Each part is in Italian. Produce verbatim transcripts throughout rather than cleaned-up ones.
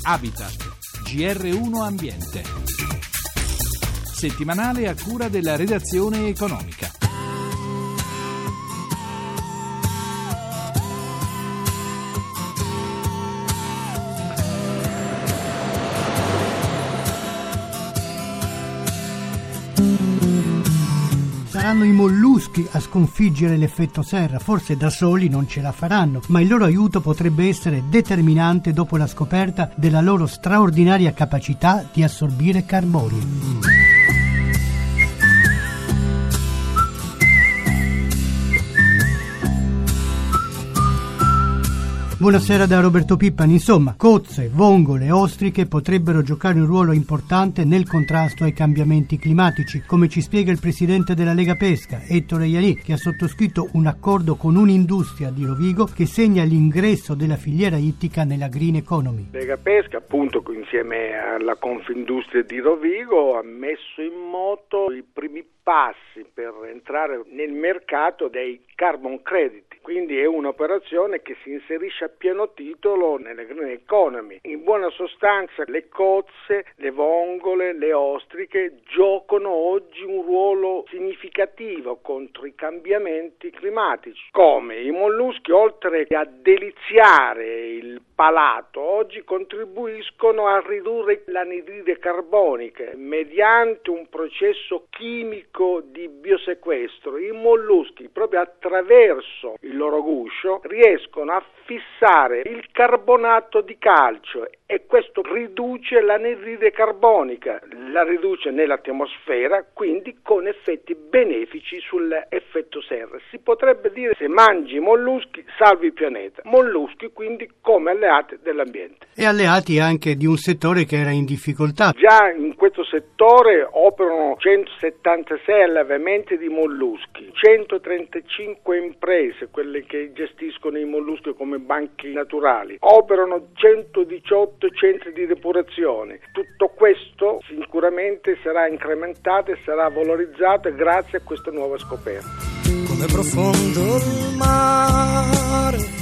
Habitat, G R uno Ambiente. Settimanale a cura della redazione economica. Saranno i molluschi a sconfiggere l'effetto serra, forse da soli non ce la faranno, ma il loro aiuto potrebbe essere determinante dopo la scoperta della loro straordinaria capacità di assorbire carbonio. Buonasera da Roberto Pippani. Insomma, cozze, vongole, ostriche potrebbero giocare un ruolo importante nel contrasto ai cambiamenti climatici, come ci spiega il presidente della Lega Pesca, Ettore Ianì, che ha sottoscritto un accordo con un'industria di Rovigo che segna l'ingresso della filiera ittica nella green economy. Lega Pesca, appunto, insieme alla Confindustria di Rovigo, ha messo in moto i primi passi per entrare nel mercato dei carbon credit. Quindi è un'operazione che si inserisce a pieno titolo nella green economy. In buona sostanza le cozze, le vongole, le ostriche giocano oggi un ruolo significativo contro i cambiamenti climatici. Come i molluschi, oltre a deliziare il palato, oggi contribuiscono a ridurre l'anidride carbonica mediante un processo chimico di biosequestro. I molluschi, proprio attraverso il loro guscio, riescono a fissare il carbonato di calcio e questo riduce l'anidride carbonica, la riduce nell'atmosfera, quindi con effetti benefici sull'effetto serra. Si potrebbe dire: se mangi molluschi salvi il pianeta. Molluschi quindi come alleati dell'ambiente. E alleati anche di un settore che era in difficoltà. Già in questo settore operano centosettantasei allevamenti di molluschi, centotrentacinque imprese, quelle che gestiscono i molluschi come banchi naturali, operano centodiciotto centri di depurazione. Tutto questo sicuramente sarà incrementato e sarà valorizzato grazie a questa nuova scoperta. Come profondo il mare.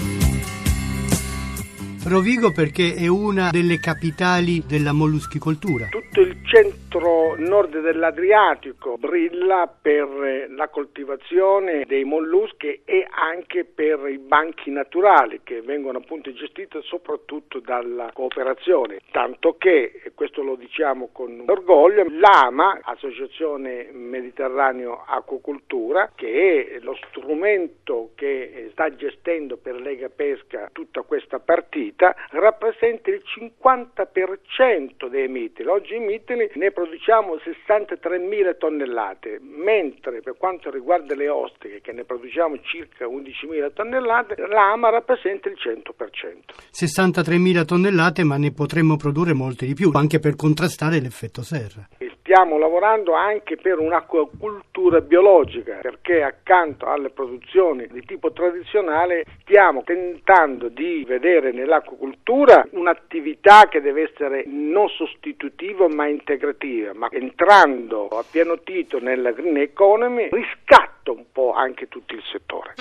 Rovigo perché è una delle capitali della molluschicoltura. Tutto il centro nord dell'Adriatico brilla per la coltivazione dei molluschi e anche per i banchi naturali che vengono appunto gestiti soprattutto dalla cooperazione, tanto che, e questo lo diciamo con orgoglio, l'AMA, Associazione Mediterraneo Acquacoltura, che è lo strumento che sta gestendo per Lega Pesca tutta questa partita, rappresenta il cinquanta per cento dei mitili. Oggi i mitili ne produciamo sessantatremila tonnellate, mentre per quanto riguarda le ostriche, che ne produciamo circa undicimila tonnellate, l'AMA rappresenta il cento per cento. sessantatremila tonnellate, ma ne potremmo produrre molte di più, anche per contrastare l'effetto serra. Stiamo lavorando anche per un'acquacoltura biologica, perché accanto alle produzioni di tipo tradizionale stiamo tentando di vedere nell'acquacoltura un'attività che deve essere non sostitutiva ma integrativa, ma entrando a pieno titolo nella green economy riscatta un po' anche tutto il settore.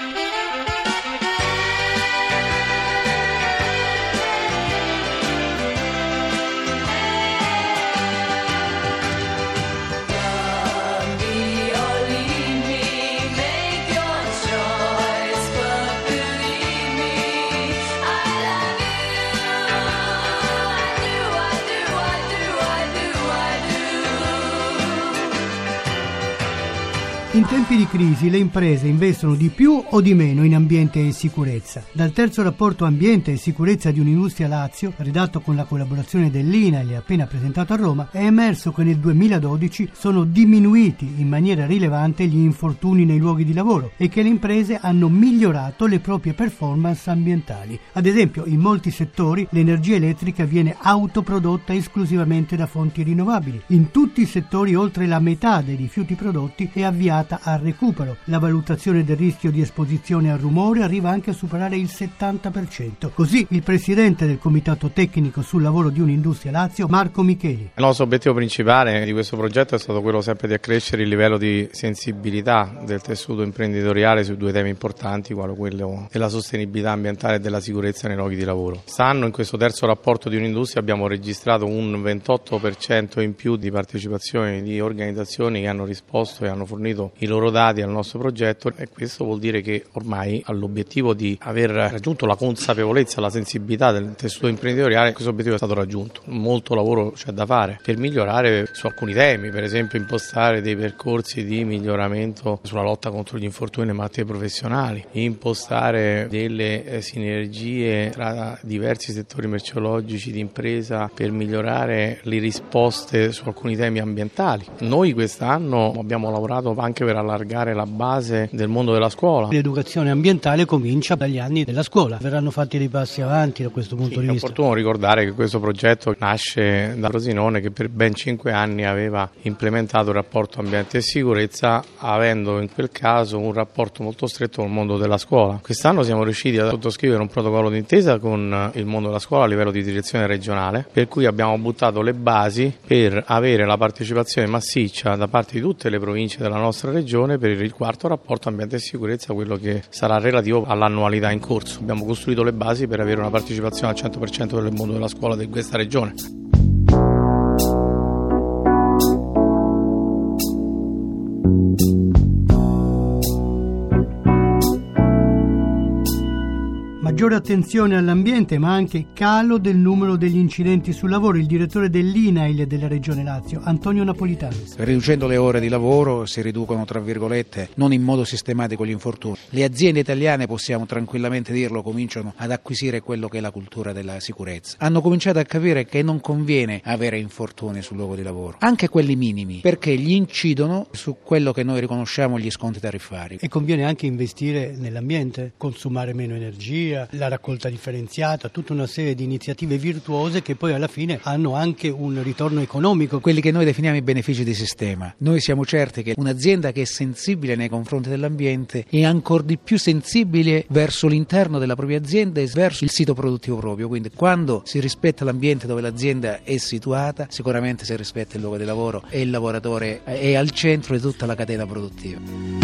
In tempi di crisi le imprese investono di più o di meno in ambiente e sicurezza. Dal terzo rapporto ambiente e sicurezza di Un'Industria Lazio, redatto con la collaborazione dell'INAIL e appena presentato a Roma, è emerso che nel duemiladodici sono diminuiti in maniera rilevante gli infortuni nei luoghi di lavoro e che le imprese hanno migliorato le proprie performance ambientali. Ad esempio, in molti settori l'energia elettrica viene autoprodotta esclusivamente da fonti rinnovabili. In tutti i settori oltre la metà dei rifiuti prodotti è avviata finalizzata al recupero. La valutazione del rischio di esposizione al rumore arriva anche a superare il settanta per cento. Così il presidente del Comitato Tecnico sul Lavoro di Unindustria Lazio, Marco Micheli. Il nostro obiettivo principale di questo progetto è stato quello sempre di accrescere il livello di sensibilità del tessuto imprenditoriale su due temi importanti, quale quello della sostenibilità ambientale e della sicurezza nei luoghi di lavoro. Quest'anno in questo terzo rapporto di Unindustria abbiamo registrato un ventotto per cento in più di partecipazione di organizzazioni che hanno risposto e hanno fornito i loro dati al nostro progetto, e questo vuol dire che ormai all'obiettivo di aver raggiunto la consapevolezza, la sensibilità del tessuto imprenditoriale, questo obiettivo è stato raggiunto. Molto lavoro c'è da fare per migliorare su alcuni temi, per esempio impostare dei percorsi di miglioramento sulla lotta contro gli infortuni nelle malattie professionali, impostare delle sinergie tra diversi settori merceologici di impresa per migliorare le risposte su alcuni temi ambientali. Noi quest'anno abbiamo lavorato anche per allargare la base del mondo della scuola. L'educazione ambientale comincia dagli anni della scuola, verranno fatti dei passi avanti da questo punto sì, di vista. È opportuno ricordare che questo progetto nasce da Frosinone, che per ben cinque anni aveva implementato il rapporto ambiente e sicurezza, avendo in quel caso un rapporto molto stretto con il mondo della scuola. Quest'anno siamo riusciti a sottoscrivere un protocollo d'intesa con il mondo della scuola a livello di direzione regionale, per cui abbiamo buttato le basi per avere la partecipazione massiccia da parte di tutte le province della nostra regione per il quarto rapporto ambiente e sicurezza, quello che sarà relativo all'annualità in corso. Abbiamo costruito le basi per avere una partecipazione al cento per cento del mondo della scuola di questa regione. Maggiore attenzione all'ambiente, ma anche calo del numero degli incidenti sul lavoro. Il direttore dell'I N A I L della Regione Lazio, Antonio Napolitano. Riducendo le ore di lavoro si riducono, tra virgolette, non in modo sistematico gli infortuni. Le aziende italiane, possiamo tranquillamente dirlo, cominciano ad acquisire quello che è la cultura della sicurezza. Hanno cominciato a capire che non conviene avere infortuni sul luogo di lavoro, anche quelli minimi, perché gli incidono su quello che noi riconosciamo gli sconti tariffari. E conviene anche investire nell'ambiente, consumare meno energia, la raccolta differenziata, tutta una serie di iniziative virtuose che poi alla fine hanno anche un ritorno economico. Quelli che noi definiamo i benefici di sistema. Noi siamo certi che un'azienda che è sensibile nei confronti dell'ambiente è ancora di più sensibile verso l'interno della propria azienda e verso il sito produttivo proprio. Quindi quando si rispetta l'ambiente dove l'azienda è situata, sicuramente si rispetta il luogo di lavoro e il lavoratore è al centro di tutta la catena produttiva.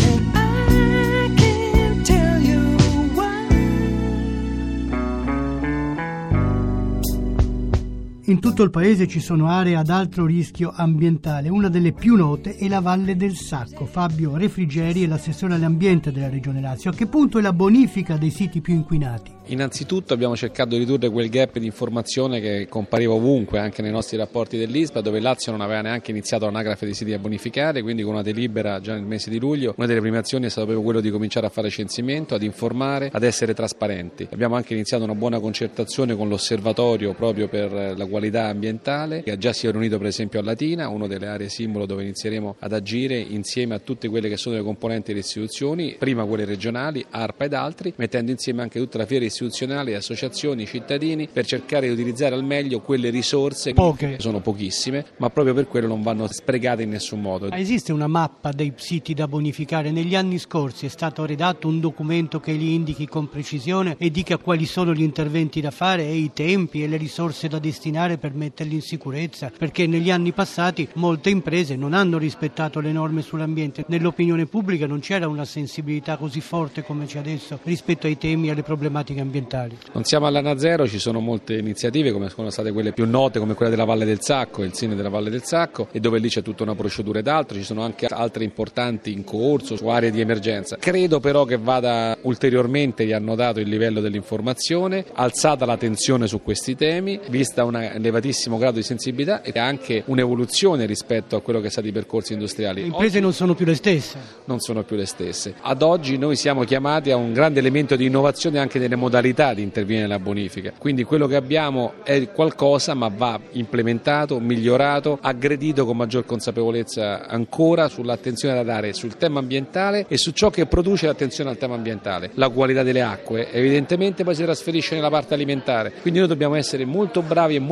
In tutto il paese ci sono aree ad alto rischio ambientale. Una delle più note è la Valle del Sacco. Fabio Refrigeri è l'assessore all'ambiente della Regione Lazio. A che punto è la bonifica dei siti più inquinati? Innanzitutto abbiamo cercato di ridurre quel gap di informazione che compariva ovunque, anche nei nostri rapporti dell'I S P A, dove Lazio non aveva neanche iniziato l'anagrafe dei siti da bonificare, quindi con una delibera già nel mese di luglio una delle prime azioni è stato proprio quello di cominciare a fare censimento, ad informare, ad essere trasparenti. Abbiamo anche iniziato una buona concertazione con l'osservatorio proprio per la qualità ambientale, che già si è riunito per esempio a Latina, una delle aree simbolo dove inizieremo ad agire insieme a tutte quelle che sono le componenti delle istituzioni, prima quelle regionali, ARPA ed altri, mettendo insieme anche tutta la fiera istituzionale, associazioni, cittadini, per cercare di utilizzare al meglio quelle risorse, Poche. che sono pochissime, ma proprio per quello non vanno sprecate in nessun modo. Ma esiste una mappa dei siti da bonificare? Negli anni scorsi è stato redatto un documento che li indichi con precisione e dica quali sono gli interventi da fare e i tempi e le risorse da destinare per metterli in sicurezza, perché negli anni passati molte imprese non hanno rispettato le norme sull'ambiente. Nell'opinione pubblica non c'era una sensibilità così forte come c'è adesso rispetto ai temi e alle problematiche ambientali. Non siamo all'anno zero, ci sono molte iniziative come sono state quelle più note, come quella della Valle del Sacco, il S I N della Valle del Sacco, e dove lì c'è tutta una procedura ed altro, ci sono anche altre importanti in corso su aree di emergenza. Credo però che vada ulteriormente riannodato il livello dell'informazione, alzata la tensione su questi temi, vista un elevatissimo grado di sensibilità e anche un'evoluzione rispetto a quello che sono stati i percorsi industriali. Le imprese oggi non sono più le stesse. Non sono più le stesse. Ad oggi noi siamo chiamati a un grande elemento di innovazione anche nelle modalità di intervenire nella bonifica. Quindi quello che abbiamo è qualcosa, ma va implementato, migliorato, aggredito con maggior consapevolezza ancora sull'attenzione da dare sul tema ambientale e su ciò che produce l'attenzione al tema ambientale. La qualità delle acque evidentemente poi si trasferisce nella parte alimentare. Quindi noi dobbiamo essere molto bravi e molto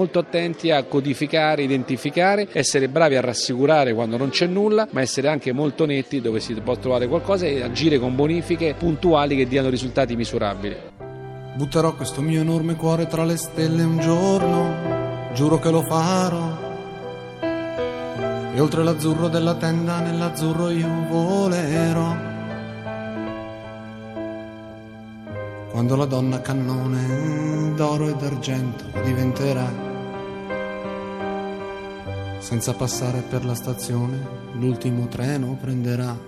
molto attenti a codificare, identificare, essere bravi a rassicurare quando non c'è nulla, ma essere anche molto netti dove si può trovare qualcosa e agire con bonifiche puntuali che diano risultati misurabili. Butterò questo mio enorme cuore tra le stelle un giorno, giuro che lo farò. E oltre l'azzurro della tenda, nell'azzurro io volerò. Quando la donna cannone d'oro e d'argento diventerà, senza passare per la stazione, l'ultimo treno prenderà.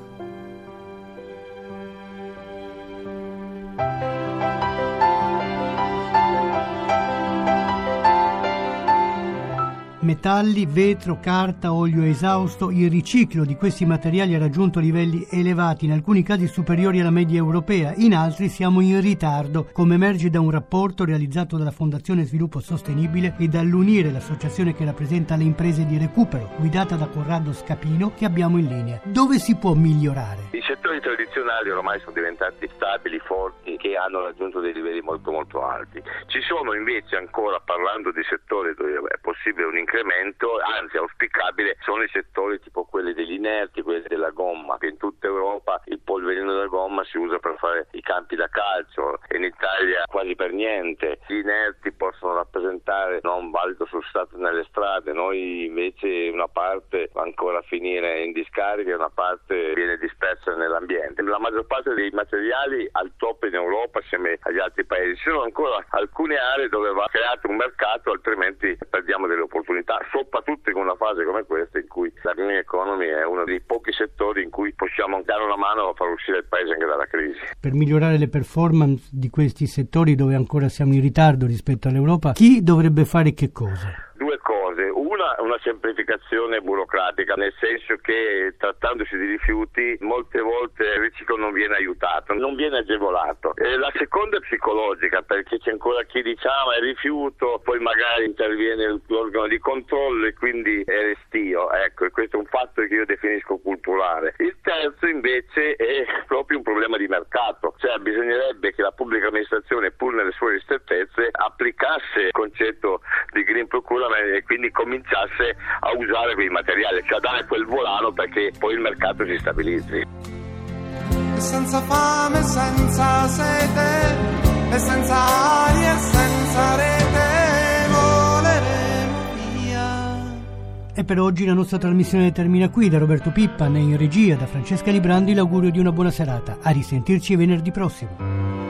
Metalli, vetro, carta, olio esausto, il riciclo di questi materiali ha raggiunto livelli elevati, in alcuni casi superiori alla media europea, in altri siamo in ritardo, come emerge da un rapporto realizzato dalla Fondazione Sviluppo Sostenibile e dall'Unire, l'associazione che rappresenta le imprese di recupero, guidata da Corrado Scapino, che abbiamo in linea. Dove si può migliorare? I settori tradizionali ormai sono diventati stabili, forti, che hanno raggiunto dei livelli molto molto alti. Ci sono invece ancora, parlando di settori dove è possibile un incremento, anzi auspicabile, sono i settori tipo quelli degli inerti, quelli della gomma, che in tutta Europa il polverino della gomma si usa per fare i campi da calcio, e in Italia quasi per niente. Gli inerti possono rappresentare non valido substrato nelle strade, noi invece una parte va ancora a finire in discariche e una parte viene dispersa nell'ambiente. La maggior parte dei materiali al top in Europa assieme agli altri paesi. Ci sono ancora alcune aree dove va creato un mercato, altrimenti perdiamo delle opportunità, soprattutto in una fase come questa in cui la green economy è uno dei pochi settori in cui possiamo dare una mano a far uscire il paese anche dalla crisi. Per migliorare le performance di questi settori dove ancora siamo in ritardo rispetto all'Europa, chi dovrebbe fare che cosa? Due cose, una una semplificazione burocratica, nel senso che trattandosi di rifiuti molte volte il riciclo non viene aiutato, non viene agevolato. E la seconda è psicologica, perché c'è ancora chi dice ah ma è rifiuto, poi magari interviene l'organo di controllo e quindi è restio, ecco, e questo è un fatto che io definisco culturale. Il terzo invece è proprio un problema di mercato, cioè bisognerebbe che la pubblica amministrazione, pur nelle sue ristrettezze, applicasse il concetto di green procurement e quindi cominciasse a usare quei materiali, cioè a dare quel volano perché poi il mercato si stabilizzi. Senza fame, senza sete, e senza aria, e senza rete, voleremo via. E per oggi la nostra trasmissione termina qui. Da Roberto Pippan e in regia da Francesca Librandi l'augurio di una buona serata. A risentirci venerdì prossimo.